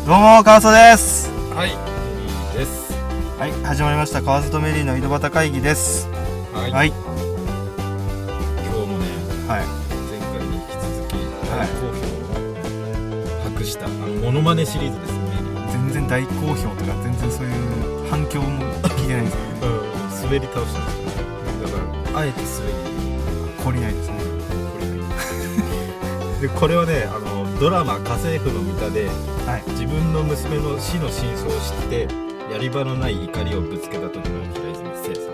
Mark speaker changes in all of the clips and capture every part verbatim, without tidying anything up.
Speaker 1: どうも川曽です。
Speaker 2: はい、メリーです。
Speaker 1: はい、始まりました川曽とメリーの井戸端会議です。
Speaker 2: はい、
Speaker 1: はい、
Speaker 2: 今日もね、
Speaker 1: はい、
Speaker 2: 前回に引き続き大好評を博した、はい、あのモノマネシリーズですね。
Speaker 1: 全然大好評とか全然そういう反響も聞いてないんですけど、
Speaker 2: うん、滑り倒したんですよね。だからあえて滑り
Speaker 1: 懲りないですね。
Speaker 2: 懲りないでこれはね、あのドラマ「家政婦のミタ」で、はい、自分の娘の死の真相を知ってやり場のない怒りをぶつけた時の平泉成さんです。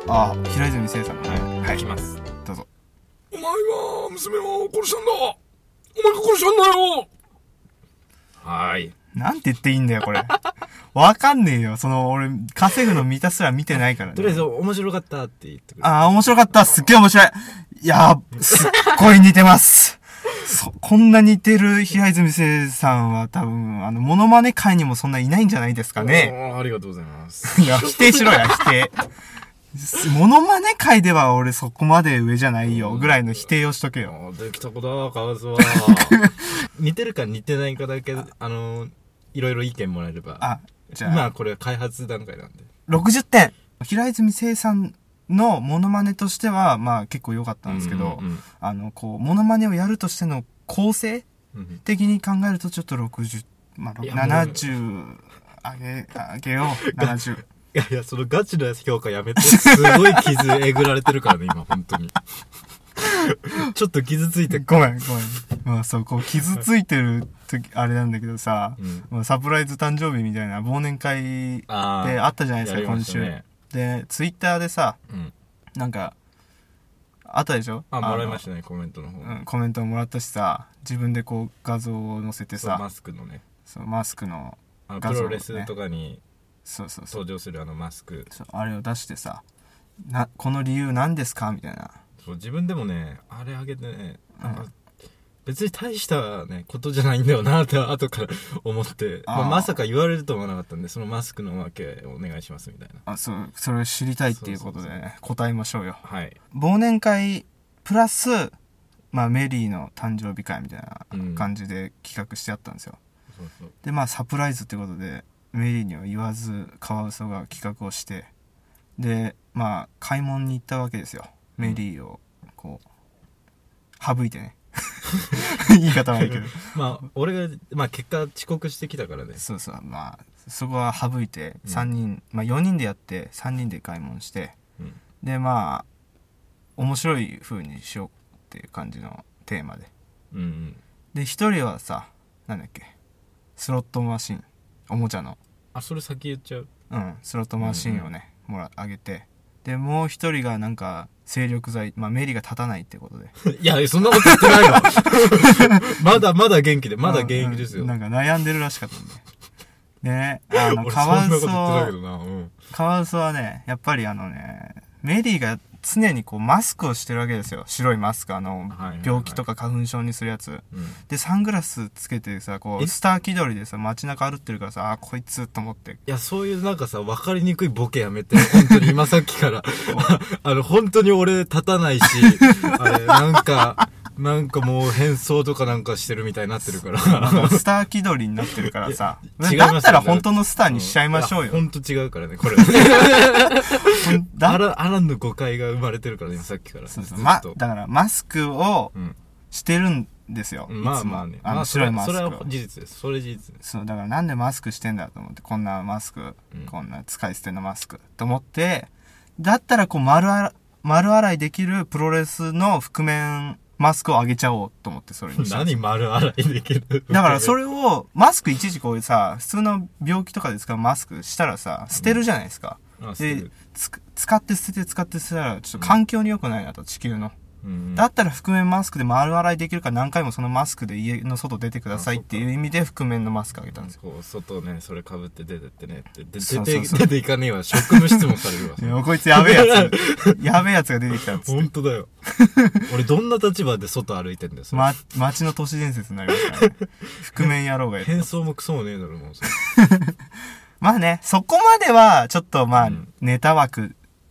Speaker 1: ああ、平泉成さんの、
Speaker 2: はい、
Speaker 1: はい、
Speaker 2: いきます。
Speaker 1: どうぞ。
Speaker 2: お前が娘を殺したんだ。お前が殺したんだよ。はい。
Speaker 1: なんて言っていいんだよこれ。わかんねえよ。その俺家政婦のミタすら見てないからね。
Speaker 2: とりあえず面白かったって言ってくれ。
Speaker 1: ああ、面白かった。すっげえ面白い。いやー、すっごい似てます。そこんな似てる平泉成さんは多分あのモノマネ界にもそんないないんじゃないですかね。
Speaker 2: ありがとうございます。
Speaker 1: いや否定しろや否定。モノマネ界では俺そこまで上じゃないよぐらいの否定をしとけよ。
Speaker 2: できたことだ川津は。似てるか似てないかだけあのいろいろ意見もらえれば。
Speaker 1: あ、じゃあ
Speaker 2: 今これは開発段階なんで
Speaker 1: ろくじゅってん。平泉成さんのモノマネとしてはまあ結構良かったんですけど、うんうんうん、あのこうモノマネをやるとしての構成的に考えるとちょっとろくじゅう、まあ、ななじゅうあげあげようななじゅう。
Speaker 2: いやいや、そのガチの評価やめて。すごい傷えぐられてるからね今本当に。ちょっと傷ついて
Speaker 1: ごめんごめん。まあそうこう傷ついてる時あれなんだけどさ、うん、サプライズ誕生日みたいな忘年会ってあったじゃないですか、今週。でツイッターでさ、うん、なんかあったでしょ。
Speaker 2: あ、もらいましたねコメントの方、
Speaker 1: うん、コメントをもらったしさ、自分でこう画像を載せてさ、
Speaker 2: マスクのね、
Speaker 1: そうマスクの
Speaker 2: 画像、ね、プロレスとかにそうそうそう登場するあのマスク、
Speaker 1: そうあれを出してさ、なこの理由何ですかみたいな。
Speaker 2: そう自分でもねあれあげてね、なんか、うん、別に大したねことじゃないんだよなって後から思って、まあ、まさか言われると思わなかったんで、そのマスクのわけお願いしますみたいな。あ、そうそれを知りたいっていうことでね、そうそうそう答えましょうよ。はい。忘年会プラスまあメリーの誕生日会みたいな感じで企画してあったんですよ。うん、そうそうでまあサプライズってことでメリーには言わずカワウソが企画をして、でまあ買い物に行ったわけですよ。メリーをこう省いてね。言い方はいいけどまあ俺が、まあ、結果遅刻してきたからね。
Speaker 1: そうそう、まあそこは省いてさんにん、うん、まあよにんでやってさんにんで買い物して、うん、でまあ面白い風にしようっていう感じのテーマで、うんうん、でひとりはさ、なんだっけ、スロットマシン、おもちゃの、
Speaker 2: あ、それ先言っちゃう。
Speaker 1: うん、スロットマシンをね、うんうん、もらあげて、でもう一人がなんか精力剤、まあメリが立たないってことで
Speaker 2: いやそんなこと言ってないわまだまだ元気でまだ現役ですよ、
Speaker 1: うん、なんか悩んでるらしかったんでね。あのカワウソカワウソはね、やっぱりあのね、メリーが常にこうマスクをしてるわけですよ。白いマスク、あの病気とか花粉症にするやつ、はいはいはい、でサングラスつけてさ、こうスター気取りでさ街中歩ってるからさ、あこいつと思って。い
Speaker 2: やそういうなんかさ分かりにくいボケやめて本当に今さっきからあの本当に俺立たないしあれなんかなんかもう変装とかなんかしてるみたいになってるから
Speaker 1: スター気取りになってるからさ、違いだったら本当のスターにしちゃいましょうよ。
Speaker 2: 本当違うからねこれあらあらぬ誤解が生まれてるからねさっきから。
Speaker 1: そうそう、ま、だからマスクをしてるんですよ、うん、
Speaker 2: まあまあね、
Speaker 1: あの白いマスク、
Speaker 2: それは事実です。それ事実です。
Speaker 1: そうだからなんでマスクしてんだと思って、こんなマスク、うん、こんな使い捨てのマスクと思って、だったらこう丸あ丸洗いできるプロレスの覆面マスクをあげちゃおうと思って、それに
Speaker 2: 何丸洗いできる
Speaker 1: だからそれをマスク一時こうさ、普通の病気とかで使うマスクしたらさ捨てるじゃないですか、うん、で使って捨てて使って捨てたらちょっと環境に良くないなと、地球の、うん、だったら覆面マスクで丸洗いできるから何回もそのマスクで家の外出てくださいっていう意味で覆面のマスクあげたんですよ。
Speaker 2: こう外ね、それ被って出てってねってで出て出ていかねえわ、職務質問されるわ。
Speaker 1: いやこいつやべえやつやべえやつが出てきたんです。
Speaker 2: 本当だよ俺どんな立場で外歩いてんだよそれ、
Speaker 1: ま、街の都市伝説になりますからね覆面野郎がやった。
Speaker 2: 変装もクソもねえだろもうそれ
Speaker 1: まあね、そこまではちょっとまあ、うん、ネタ枠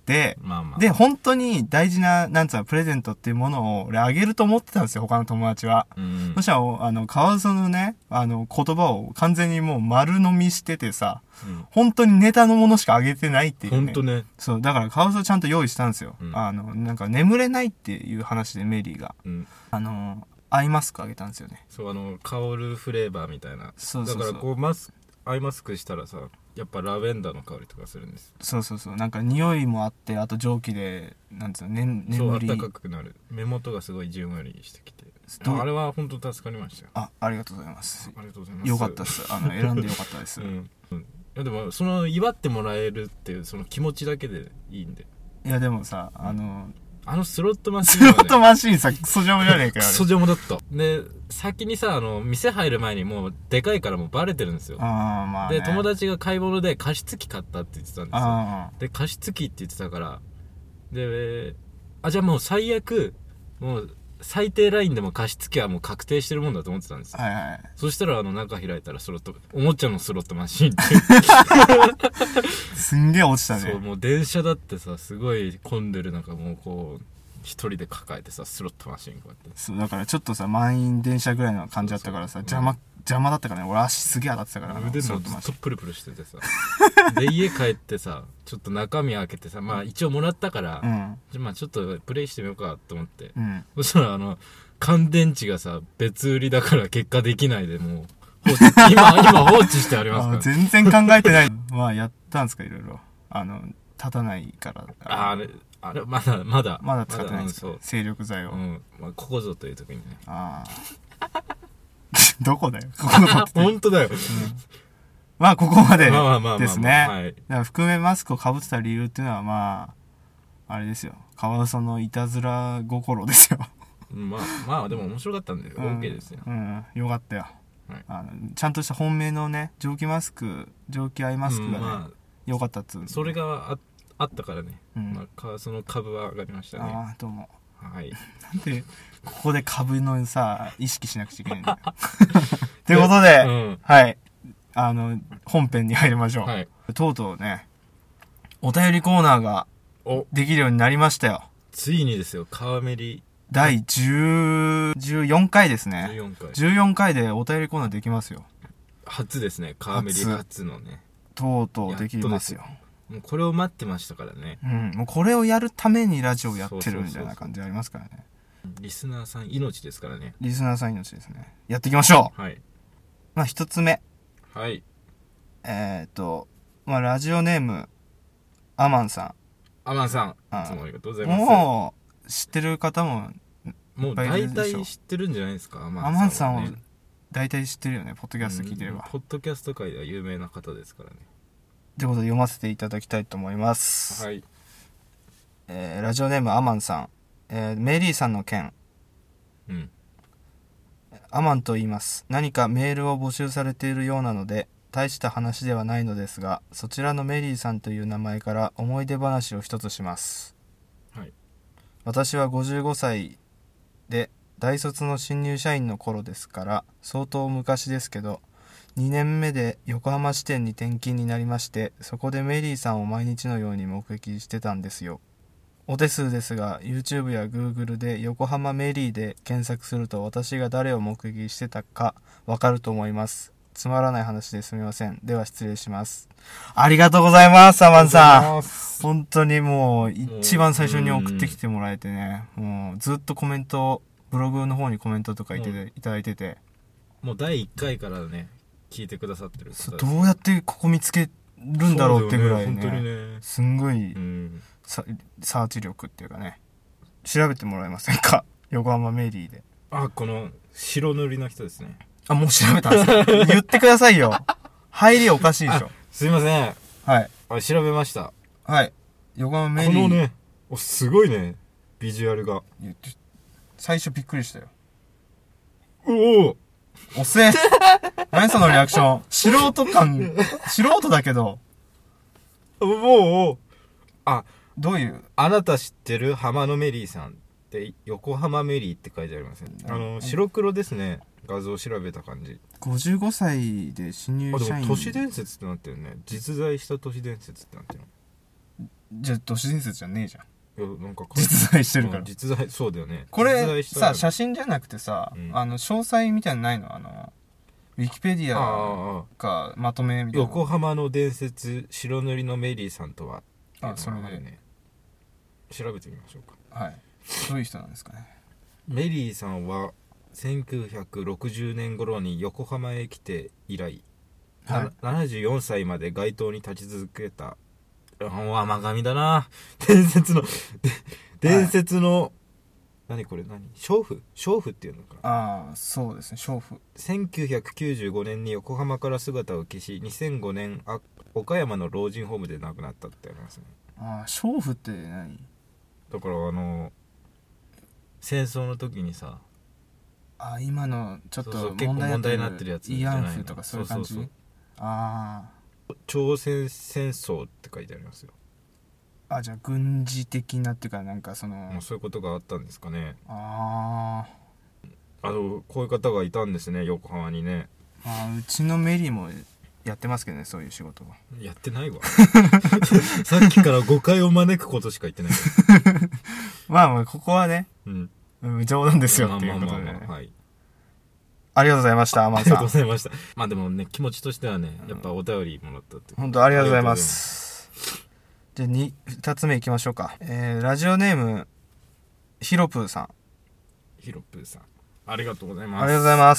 Speaker 1: て、
Speaker 2: まあまあ、
Speaker 1: で、本当に大事な、なんつうの、プレゼントっていうものを俺あげると思ってたんですよ、他の友達は。
Speaker 2: うん、
Speaker 1: そしたら、あの、カワウソのね、あの、言葉を完全にもう丸飲みしててさ、うん、本当にネタのものしかあげてないっていうね。
Speaker 2: 本当ね。
Speaker 1: そう、だからカワウソちゃんと用意したんですよ。
Speaker 2: うん、
Speaker 1: あの、なんか眠れないっていう話でメリーが。うん、あの、アイマスクあげたんですよね。
Speaker 2: そう、あの、香るフレーバーみたいな。
Speaker 1: そうそうそう。
Speaker 2: だからこう、マス、アイマスクしたらさ、やっぱラベンダーの香りとかするんです。
Speaker 1: そうそうそう。なんか匂いもあって、あと蒸気で、なんつうの、ね、眠り。
Speaker 2: そう、暖かくなる。目元がすごいじんわりしてきて。あれは本当助かりましたよ。
Speaker 1: あ、ありがとうございます。
Speaker 2: ありがとうございます。
Speaker 1: よかったです。あの、選んでよかったです。
Speaker 2: うんうん、いやでも、その、祝ってもらえるっていう、その気持ちだけでいいんで。
Speaker 1: いやでもさ、あの、
Speaker 2: あのスロットマシン、
Speaker 1: ね、スロットマシンさ、クソジャムじゃねえかよ。
Speaker 2: クソジャムだった。で、先にさ、あの、店入る前にもう、でかいからもうバレてるんですよ。
Speaker 1: あまあ、ね、
Speaker 2: で、友達が買い物で加湿器買ったって言ってたんですよ。で、加湿器って言ってたから、で、あ、じゃあもう最悪、もう、最低ラインでも加湿器はもう確定してるもんだと思ってたんですよ。
Speaker 1: はいはい。
Speaker 2: そしたら、あの、中開いたらスロット、おもちゃのスロットマシンって。
Speaker 1: すんげえ落ちたね。
Speaker 2: そう、もう電車だってさ、すごい混んでる中、もうこう、一人で抱えてさ、スロットマシンこうやって。
Speaker 1: そう、だからちょっとさ、満員電車ぐらいの感じだったからさ、邪魔、邪魔だったからね。俺足すげえ当たってたから
Speaker 2: 腕もずっとプルプルしててさ。で、家帰ってさ、ちょっと中身開けてさ、まあ一応もらったから、うん、じゃまあちょっとプレイしてみようかと思って。うん、そしたらあの、乾電池がさ、別売りだから結果できないでもう、今、今放置してありますから。
Speaker 1: 全然考えてない。まあやったんですか、いろいろ。あの、立たないから。
Speaker 2: あ、あれ、あれ、まだ、まだ。
Speaker 1: まだ使ってないんですか、精力剤を。
Speaker 2: うん。まあ、ここぞという時にね。
Speaker 1: ああ。どこだよ。ここ
Speaker 2: ぞ本当だよ。うん、
Speaker 1: まあ、ここまでですね。
Speaker 2: はい。
Speaker 1: だから覆面マスクを被ってた理由っていうのは、まあ、あれですよ。カワウソのいたずら心ですよ。
Speaker 2: まあ、まあ、でも面白かったんで、うん、OK ですよ。
Speaker 1: うん、よかったよ。はい、あのちゃんとした本命のね、蒸気マスク、蒸気アイマスクがね、うん、まあ、よかったっつう、ね。
Speaker 2: それがああったからね、うん、まあ、その株は上がりましたね。
Speaker 1: ああ、どうも。
Speaker 2: はい。
Speaker 1: なんで、ここで株のさ、意識しなくちゃいけないんだよ。ということで、うん、はい。あの、本編に入りましょう。はい、とうとうね、お便りコーナーができるようになりましたよ。
Speaker 2: ついにですよ、川メリ。
Speaker 1: だいじゅう、じゅうよんかいですね。
Speaker 2: じゅうよんかい。
Speaker 1: じゅうよんかいでお便りコーナーできますよ。
Speaker 2: 初ですね、川メリ初のね。
Speaker 1: とうとうできますよ。
Speaker 2: もうこれを待ってましたからね。
Speaker 1: うん。もうこれをやるためにラジオやってるみたいな感じありますからね。
Speaker 2: リスナーさん命ですからね。
Speaker 1: リスナーさん命ですね。やっていきましょ
Speaker 2: う。はい。
Speaker 1: まあ一つ目。
Speaker 2: はい。
Speaker 1: えっと、まあラジオネーム、アマンさん。
Speaker 2: アマンさん。いつもありがとうございます。
Speaker 1: もう、知ってる方も、
Speaker 2: もう大体知ってるんじゃないですか、アマンさん、ね。
Speaker 1: アマンさんを大体知ってるよね、ポッドキャスト聞いてれば。
Speaker 2: ポッドキャスト界では有名な方ですからね。
Speaker 1: ということで読ませていただきたいと思います。
Speaker 2: はい。
Speaker 1: えー、ラジオネームアマンさん。えー、メリーさんの件。
Speaker 2: うん。
Speaker 1: アマンと言います。何かメールを募集されているようなので、大した話ではないのですが、そちらのメリーさんという名前から思い出話を一つします。
Speaker 2: はい。
Speaker 1: 私はごじゅうごさいで、大卒の新入社員の頃ですから、相当昔ですけど、にねんめで横浜支店に転勤になりまして、そこでメリーさんを毎日のように目撃してたんですよ。お手数ですが YouTube や Google で横浜メリーで検索すると私が誰を目撃してたかわかると思います。つまらない話ですみません。では失礼します。ありがとうございます、アマンさん。本当にもう一番最初に送ってきてもらえてね、もうずっとコメント、ブログの方にコメントとかいていただいてて、
Speaker 2: もうだいいっかいからね聞いてくださってる方です。
Speaker 1: どうやってここ見つけるんだろうってぐらいね、
Speaker 2: 本当にね、
Speaker 1: すんごい、
Speaker 2: うん
Speaker 1: サ, サーチ力っていうかね、調べてもらえませんか？横浜メリーで。
Speaker 2: あ、この白塗りの人ですね。
Speaker 1: あ、もう調べたんですか？言ってくださいよ。入りおかしいでしょ。
Speaker 2: すいません。
Speaker 1: はい。
Speaker 2: あ、調べました。
Speaker 1: はい。横浜メリー。
Speaker 2: このね、お、すごいね、ビジュアルが。
Speaker 1: 最初びっくりしたよ。
Speaker 2: おお。
Speaker 1: おせえ。何そのリアクション。素人感、素人だけど。
Speaker 2: おおお。あ、
Speaker 1: どういう？
Speaker 2: あなた知ってる浜野メリーさんって横浜メリーって書いてありません、ね、あの白黒ですね、画像調べた感じ。
Speaker 1: ごじゅうごさいで新入社員。
Speaker 2: あ、でも都市伝説ってなってるね。実在した都市伝説ってなってる。
Speaker 1: じゃあ都市伝説じゃねえじゃん。
Speaker 2: いやなんか
Speaker 1: 実在してるから、
Speaker 2: うん、実在そうだよね。
Speaker 1: これさ写真じゃなくてさ、うん、あの詳細みたいなのないの？あのウィキペディアかまとめみたいな。
Speaker 2: 横浜の伝説白塗りのメリーさんとは
Speaker 1: あそれで
Speaker 2: ね調べてみましょう
Speaker 1: か。はい。どういう人なんですかね。
Speaker 2: メリーさんはせんきゅうひゃくろくじゅうねん頃に横浜へ来て以来、はい、ななじゅうよんさいまで街頭に立ち続けた甘神だな伝説の伝説の、はい、何これ何娼婦娼婦っていうのかな。
Speaker 1: ああそうですね娼婦。
Speaker 2: せんきゅうひゃくきゅうじゅうごねんに横浜から姿を消しにせんごねんあ岡山の老人ホームで亡くなったってありますね。
Speaker 1: ああ娼婦って何？
Speaker 2: だからあの戦争の時にさ
Speaker 1: あ今のちょっと
Speaker 2: 問題になってるやつ
Speaker 1: 慰安婦とかそういう感じ。そうそうそうああ
Speaker 2: 朝鮮戦争って書いてありますよ。
Speaker 1: あじゃあ軍事的なっていうかなんかその
Speaker 2: もうそういうことがあったんですかね。
Speaker 1: あ
Speaker 2: あのこういう方がいたんですね横浜にね。
Speaker 1: あうちのメリーもやってますけどねそういう仕事は。
Speaker 2: やってないわさっきから誤解を招くことしか言ってない
Speaker 1: まあまあここはね、
Speaker 2: うん、
Speaker 1: 冗談ですよっていうことで、ね、
Speaker 2: まあまあまあまあ、はい、
Speaker 1: ありがとうございましたアマンさん。
Speaker 2: ありがとうございました。まあでもね気持ちとしてはねやっぱお便りもらったって
Speaker 1: 本当ありがとうございます。じゃあ 2, 2つ目いきましょうか。えー、ラジオネームヒロプーさん。
Speaker 2: ヒロプーさんありがとうございます。
Speaker 1: ありがとうございます。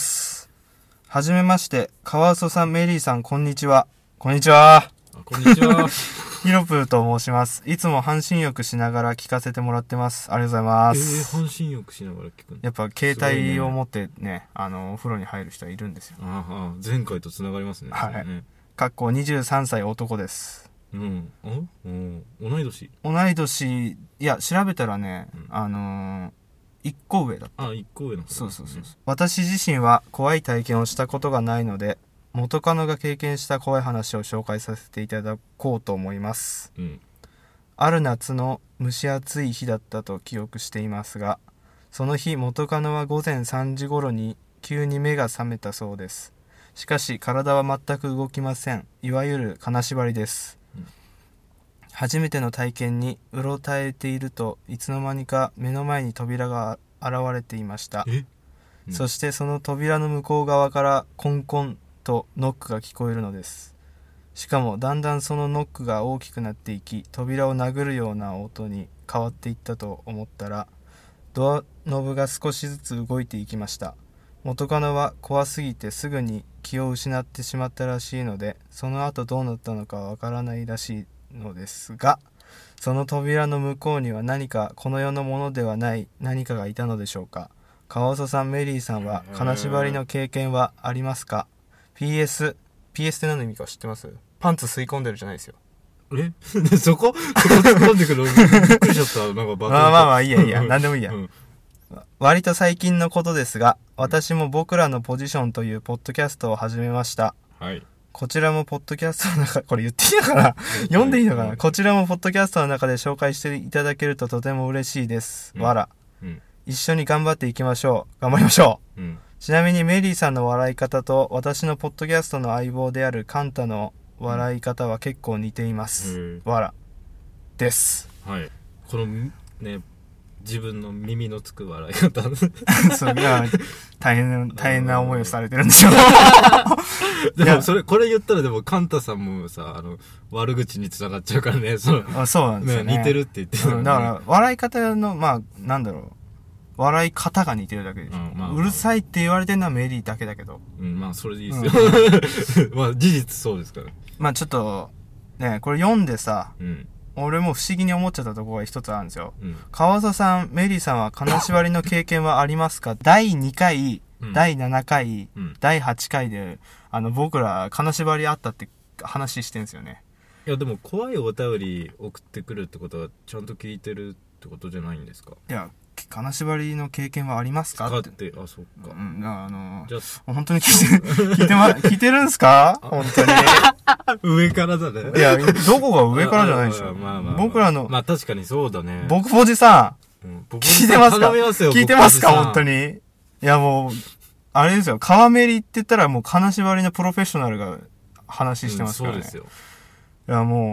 Speaker 1: はじめまして、カワウソさん、メリーさん、こんにちは。こんにちは。
Speaker 2: あこんにちは。
Speaker 1: ヒロプーと申します。いつも半身浴しながら聞かせてもらってます。ありがとうございます。
Speaker 2: えー、半身浴しながら聞くの？
Speaker 1: やっぱ携帯を持ってね、ねあのお風呂に入る人はいるんですよ。
Speaker 2: ああ前回とつながりますね。
Speaker 1: はい。
Speaker 2: ね、
Speaker 1: かっこにじゅうさんさい男です。
Speaker 2: うん。おうん同い年？
Speaker 1: 同い年いや調べたらね、うん、あのー。一個上だった。
Speaker 2: あ、一個上の、ね。
Speaker 1: そうそうそう。私自身は怖い体験をしたことがないので、元カノが経験した怖い話を紹介させていただこうと思います。
Speaker 2: うん、
Speaker 1: ある夏の蒸し暑い日だったと記憶していますが、その日元カノはごぜんさんじ頃に急に目が覚めたそうです。しかし体は全く動きません。いわゆる金縛りです。うん初めての体験にうろたえているといつの間にか目の前に扉が現れていました、うん、そしてその扉の向こう側からコンコンとノックが聞こえるのです。しかもだんだんそのノックが大きくなっていき扉を殴るような音に変わっていったと思ったらドアノブが少しずつ動いていきました。元カノは怖すぎてすぐに気を失ってしまったらしいのでその後どうなったのかわからないらしいのですが、その扉の向こうには何かこの世のものではない何かがいたのでしょうか。カワウソさん、メリーさんは金縛りの経験はありますか？ ピーエス ピーエス って何の意味か知ってます？パンツ吸い込んでるじゃないですよ。
Speaker 2: えそこそこ突っ込んでくるびっくりしちゃった。なんかバトン
Speaker 1: まあまあまあいいやいいや何でもいいや、うん、割と最近のことですが私も僕らのポジションというポッドキャストを始めました。
Speaker 2: はい
Speaker 1: こちらもポッドキャストの中、これ言っていいのかな読んでいいのかな、はい、こちらもポッドキャストの中で紹介していただけるととても嬉しいです。うん、わら、うん。一緒に頑張っていきましょう。頑張りましょう。うん、ちなみにメリーさんの笑い方と私のポッドキャストの相棒であるカンタの笑い方は結構似ています。うん、わら。です。
Speaker 2: はい。このね、自分の耳のつく笑い方
Speaker 1: それが大変な大変な思いをされてるんですよ
Speaker 2: でもそれこれ言ったらでもカンタさんもさあの悪口に繋がっちゃうからね。その
Speaker 1: あそうなんですよね。
Speaker 2: 似てるって言ってる、ね、
Speaker 1: うん、だから笑い方のまあなんだろう笑い方が似てるだけでしょ、うんまあまあ、うるさいって言われてるのはメリーだけだけど
Speaker 2: うんまあそれでいいですよ、うん、まあ事実そうですから
Speaker 1: まあちょっとねこれ読んでさ、
Speaker 2: うん
Speaker 1: 俺も不思議に思っちゃったところが一つあるんですよ。うん、川佐さん、メリーさんは金縛りの経験はありますか？だいにかい、うん、だいななかい、うん、だいはちかいで、あの、僕ら金縛りあったって話してんですよね。
Speaker 2: いや、でも怖いお便り送ってくるってことはちゃんと聞いてるってことじゃないんですか？
Speaker 1: いや、金縛りの経験はありますか？
Speaker 2: って。あ、そっか。
Speaker 1: うん、あのー、じゃあ本当に聞いて、聞いてま、聞いてるんすか？本当に。
Speaker 2: 上からだね。
Speaker 1: いや、どこが上からじゃないでしょ。
Speaker 2: まあまあまあ、
Speaker 1: 僕らの。
Speaker 2: まあ確かにそうだね。
Speaker 1: 僕ポジさん。うん、僕聞いてますか？
Speaker 2: 頼みますよ。
Speaker 1: 聞いてますか本当に。いやもう、あれですよ。川メリって言ったらもう金縛りのプロフェッショナルが話してますからね。
Speaker 2: うん、そうですよ。
Speaker 1: いやもう、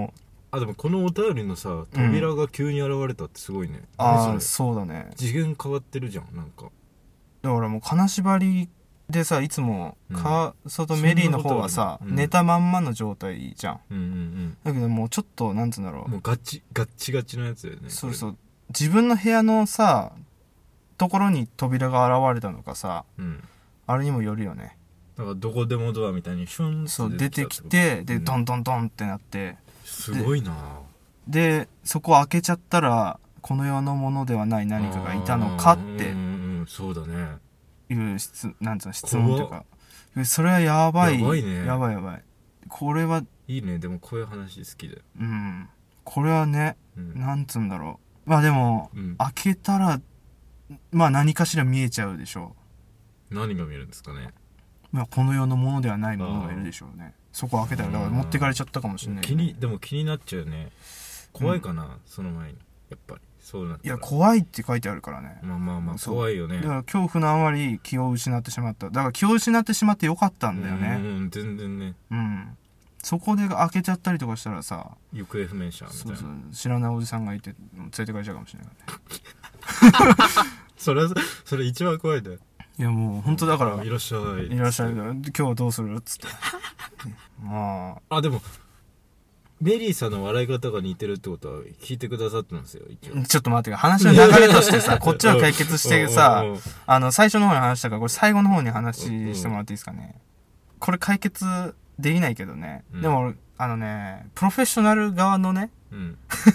Speaker 2: あでもこのお便りのさ扉が急に現れたってすごいね、うん、
Speaker 1: ああそうだね
Speaker 2: 次元変わってるじゃんなんか
Speaker 1: だからもう金縛りでさいつもカーソとメリーの方はさ、
Speaker 2: うん、
Speaker 1: 寝たまんまの状態じゃん、
Speaker 2: うんうんうん、
Speaker 1: だけどもうちょっとなんつうんだろう
Speaker 2: もうガチガッチガチのやつだよね
Speaker 1: そうそう自分の部屋のさところに扉が現れたのかさ、うん、あれにもよるよね
Speaker 2: だからどこでもドアみたいにシュン
Speaker 1: そう出てきてで、うん、ドンドンドンってなって
Speaker 2: すごいな
Speaker 1: でそこ開けちゃったらこの世のものではない何かがいたのかって
Speaker 2: うん、そうだね
Speaker 1: いう質なんつうの質問というかそれはやばい
Speaker 2: やばいね
Speaker 1: やばいやばいこれはい
Speaker 2: いねでもこういう話好きだよ
Speaker 1: うんこれはね、うん、なんつうんだろうまあでも、うん、開けたらまあ何かしら見えちゃうでしょ
Speaker 2: う何が見えるんですかね
Speaker 1: まあこの世のものではないものがいるでしょうねそこ開けたらだから持ってかれちゃったかもしれない、ね、
Speaker 2: 気にでも気になっちゃうね怖いかな、うん、その前にやっぱりそうなったら
Speaker 1: いや怖いって書いてあるからね
Speaker 2: まあまあまあ怖いよね
Speaker 1: だから恐怖のあまり気を失ってしまっただから気を失ってしまってよかったんだよね
Speaker 2: うんうん全然ね
Speaker 1: うんそこで開けちゃったりとかしたらさ
Speaker 2: 行方不明者みたいな
Speaker 1: そうそう知らないおじさんがいて連れてかれちゃうかもしれない
Speaker 2: からねそれそれ一番怖いで
Speaker 1: いやもう本当だから
Speaker 2: いらっしゃい
Speaker 1: いらっしゃい今日はどうするっつってま
Speaker 2: ああでもメリーさんの笑い方が似てるってことは聞いてくださってますよ一応
Speaker 1: ちょっと待って話の流れとしてさこっちは解決してさあの最初の方に話したからこれ最後の方に話してもらっていいですかねこれ解決できないけどね、うん、でもあのねプロフェッショナル側のねうん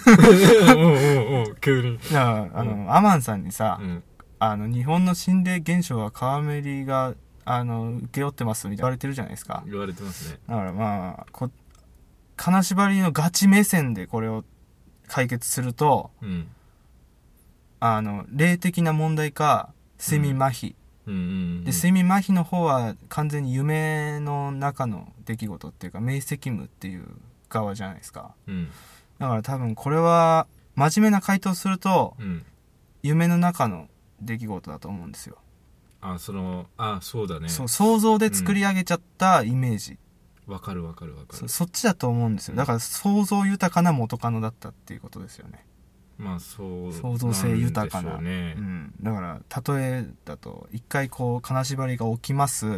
Speaker 2: 急に
Speaker 1: だからあの、うん、アマンさんにさ、うんあの日本の心霊現象は川メリがあの受け負ってますみたいな言われてるじゃないですか
Speaker 2: 言われてますね
Speaker 1: だからまあこ金縛りのガチ目線でこれを解決すると、うん、あの霊的な問題か睡眠麻痺、うんうんうんうん、で睡眠麻痺の方は完全に夢の中の出来事っていうか明晰夢っていう側じゃないですか、うん、だから多分これは真面目な回答すると、うん、夢の中の出来事だと思うんですよ
Speaker 2: あそのあそうだね
Speaker 1: そう想像で作り上げちゃったイメージ
Speaker 2: わ、うん、かるわかるわかる
Speaker 1: そ, そっちだと思うんですよだから想像豊かな元カノだったっていうことですよね
Speaker 2: まあそう
Speaker 1: 想像性豊かな、
Speaker 2: ね
Speaker 1: うん、だから例えだと一回こう金縛りが起きます、うん、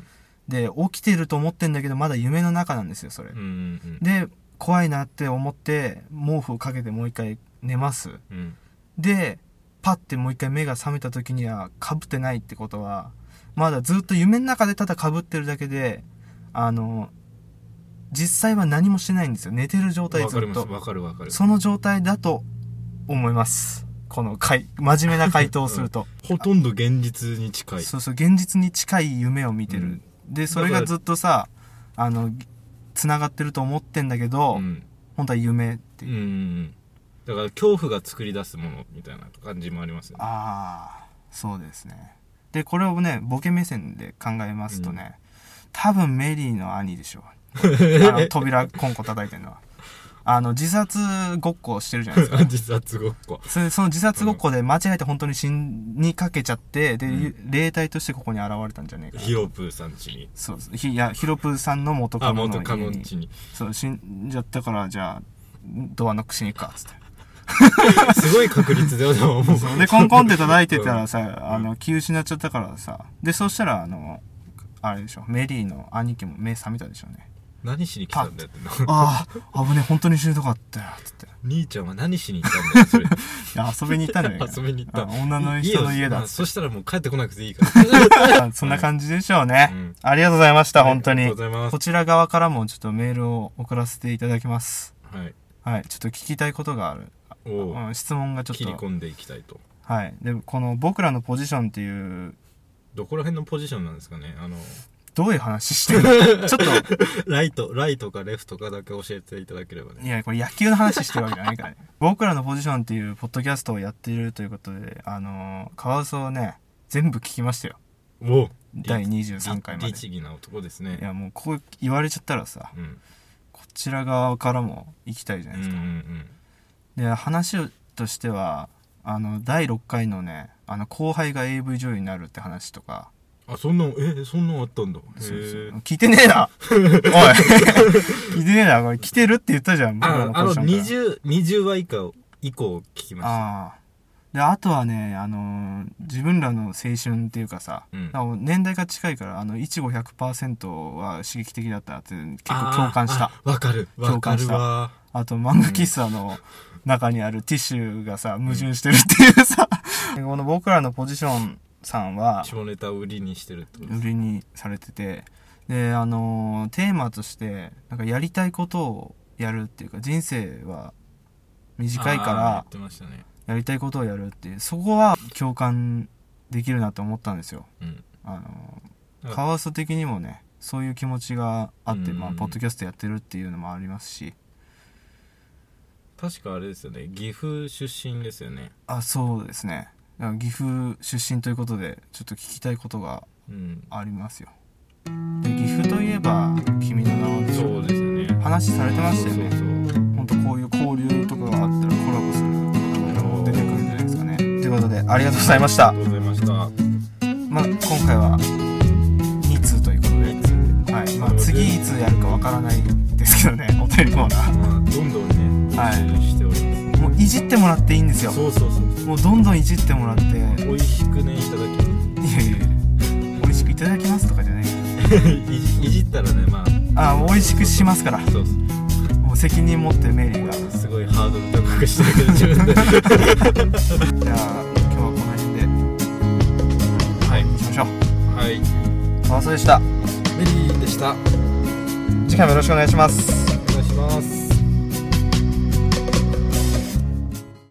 Speaker 1: で起きてると思ってんだけどまだ夢の中なんですよそれ、うんうんうん、で怖いなって思って毛布をかけてもう一回寝ます、うん、でパッてもう一回目が覚めた時には被ってないってことはまだずっと夢の中でただ被ってるだけであの実際は何もしてないんですよ寝てる状態ずっと
Speaker 2: わかるわかる
Speaker 1: その状態だと思いますこのかい真面目な回答をすると、
Speaker 2: うん、ほとんど現実に近い
Speaker 1: そうそう現実に近い夢を見てる、うん、でそれがずっとさあの繋がってると思ってんだけど、うん、本当は夢っていう、うんうん
Speaker 2: だから恐怖が作り出すものみたいな感じもありますよね
Speaker 1: ああそうですねでこれをねボケ目線で考えますとね、うん、多分メリーの兄でしょうあの扉コンコ叩いてるのはあの自殺ごっこをしてるじゃないですか
Speaker 2: 自殺ごっこ
Speaker 1: それその自殺ごっこで間違えて本当に死にかけちゃってで、うん、霊体としてここに現れたんじゃねえか
Speaker 2: ヒロプーさん家に
Speaker 1: そうひいやヒロプーさんの元カノの
Speaker 2: 家にあ元カノ家に
Speaker 1: そう死んじゃったからじゃあドアノックしに行くかっつって
Speaker 2: すごい確率だよでも
Speaker 1: でコンコンって叩いてたらさ、うん、あの気失っちゃったからさでそしたらあのあれでしょメリーの兄貴も目覚めたでしょうね
Speaker 2: 何しに来たんだよって
Speaker 1: ああ危ね本当に死にたかったよつって
Speaker 2: 兄ちゃんは何しに行ったんだよそれい
Speaker 1: や遊びに行ったんじゃないか
Speaker 2: 遊びに行った
Speaker 1: 女の人の家だ
Speaker 2: いい、まあ、そしたらもう帰ってこなくていいから
Speaker 1: そんな感じでしょうね、うん、ありがとうございました、はい、本当に
Speaker 2: ありがとうございます
Speaker 1: こちら側からもちょっとメールを送らせていただきます
Speaker 2: はい
Speaker 1: はいちょっと聞きたいことがあるうん、質問がちょっと
Speaker 2: 切り込んでいきたいと
Speaker 1: はいでこの僕らのポジションっていう
Speaker 2: どこら辺のポジションなんですかねあの
Speaker 1: どういう話してるのちょっと
Speaker 2: ライトライトかレフトかだけ教えていただければね
Speaker 1: いやこれ野球の話してるわけじゃないからね僕らのポジションっていうポッドキャストをやっているということであのカワウソをね全部聞きましたよ
Speaker 2: お
Speaker 1: だいにじゅうさんかいまで
Speaker 2: 律儀な男ですね
Speaker 1: いやもうこう言われちゃったらさ、うん、こちら側からも行きたいじゃないですか、うんうんうんで話としてはあのだいろっかいのねあの後輩が エーブイ 女優になるって話とか
Speaker 2: あ、そんなんえそんなんあったんだ。へえ。
Speaker 1: 聞いてねえなおい聞いてねえな、これ来てるって言ったじゃん。
Speaker 2: ああのにじゅう、にじゅうわ以下以降聞きました。
Speaker 1: ああ。で、あとはね、あのー、自分らの青春っていうかさ、うん、年代が近いから、あの、いちご ひゃくパーセント は刺激的だったって結構共感した。
Speaker 2: わかる。わかるわ。
Speaker 1: あと、漫画喫茶の中にあるティッシュがさ、矛盾してるっていうさ、うん、この僕らのポジションさんは、
Speaker 2: 下ネタを売りにしてるってことです。
Speaker 1: 売りにされてて、で、あのー、テーマとして、なんかやりたいことをやるっていうか、人生は短いから、
Speaker 2: 言ってましたね。
Speaker 1: やりたいことをやるっていう、そこは共感できるなと思ったんですよ。うん、あのカワウソ的にもね、そういう気持ちがあって、まあポッドキャストやってるっていうのもありますし。
Speaker 2: 確かあれですよね、岐阜出身ですよね。
Speaker 1: あ、そうですね。岐阜出身ということでちょっと聞きたいことがありますよ。うん、で岐阜といえば君の名はでしょ。
Speaker 2: そうですよね。
Speaker 1: 話されてましたよね。本当こういう交流とかがあったらコラボする。出てくるんじゃないですかね。ということでありがとうございました。
Speaker 2: ありがとうございました。
Speaker 1: まあ今回はに通ということで、はい。まあ次いつやるかわからないですけどね、お便りコーナー。
Speaker 2: まあどんどんね、はい、しております。
Speaker 1: もういじってもらっていいんですよ。
Speaker 2: そうそうそう。
Speaker 1: もうどんどんいじってもらって。
Speaker 2: 美味しくねいただきます。
Speaker 1: いやいや美味しくいただきますとかじゃない。
Speaker 2: いじいじったらね、ま
Speaker 1: あ。あ美味しくしますから。そうそう。もう責任持ってメリーが。
Speaker 2: すごいハードル高くしてるけど自分で。
Speaker 1: じゃあ今日はこの辺ではい行きましょう。
Speaker 2: はい。
Speaker 1: カワウソでした。
Speaker 2: メリーでした。
Speaker 1: 次回もよろしくお願いします。